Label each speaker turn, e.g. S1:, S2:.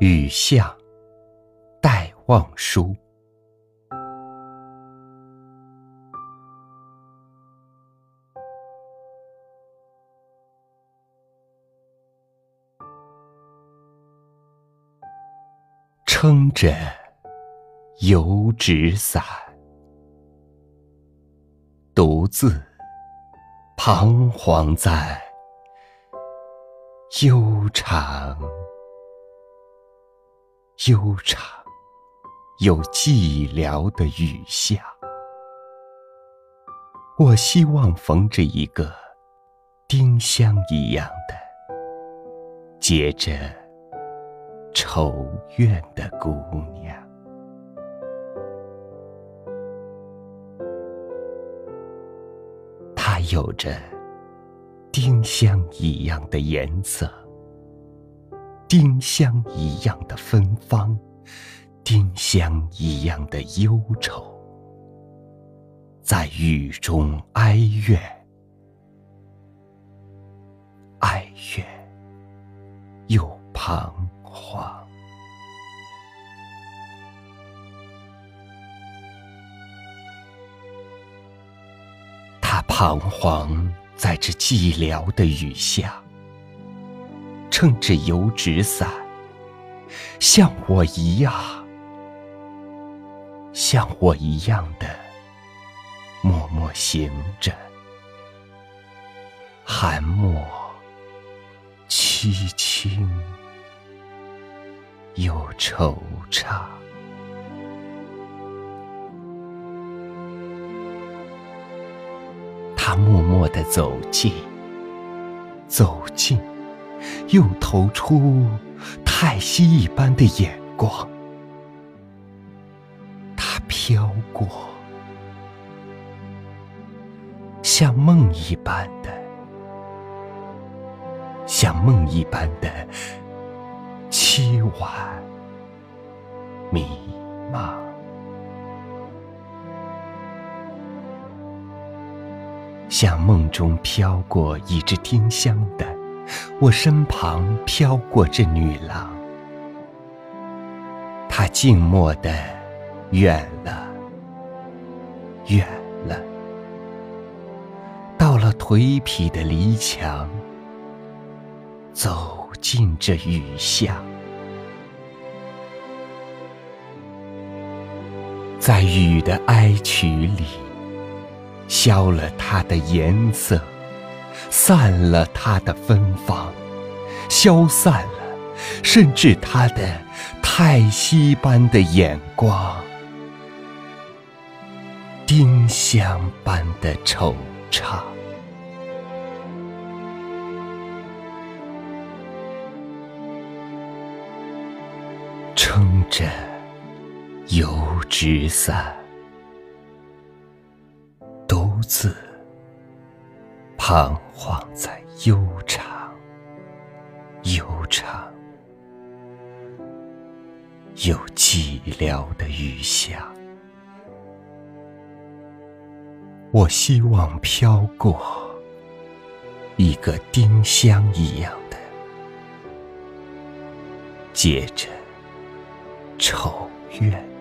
S1: 雨巷，戴望舒。撑着油纸伞，独自彷徨在悠长又寂寥的雨下。我希望逢着一个丁香一样的结着愁怨的姑娘。她有着丁香一样的颜色，丁香一样的芬芳，丁香一样的忧愁，在雨中哀怨又彷徨。他彷徨在这寂寥的雨下，撑着油纸伞，像我一样的默默行着，寒默凄清又惆怅。他默默地走近，又投出叹息一般的眼光。他飘过，像梦一般的凄婉迷茫。像梦中飘过一只丁香的，我身旁飘过这女郎。她静默地远了，到了颓圮的篱墙，走进这雨巷。在雨的哀曲里，消了它的颜色，散了它的芬芳，消散了甚至它的叹息般的眼光，丁香般的惆怅。撑着油纸伞，独自彷徨在悠长又寂寥的雨下。我希望飘过一个丁香一样的结着愁怨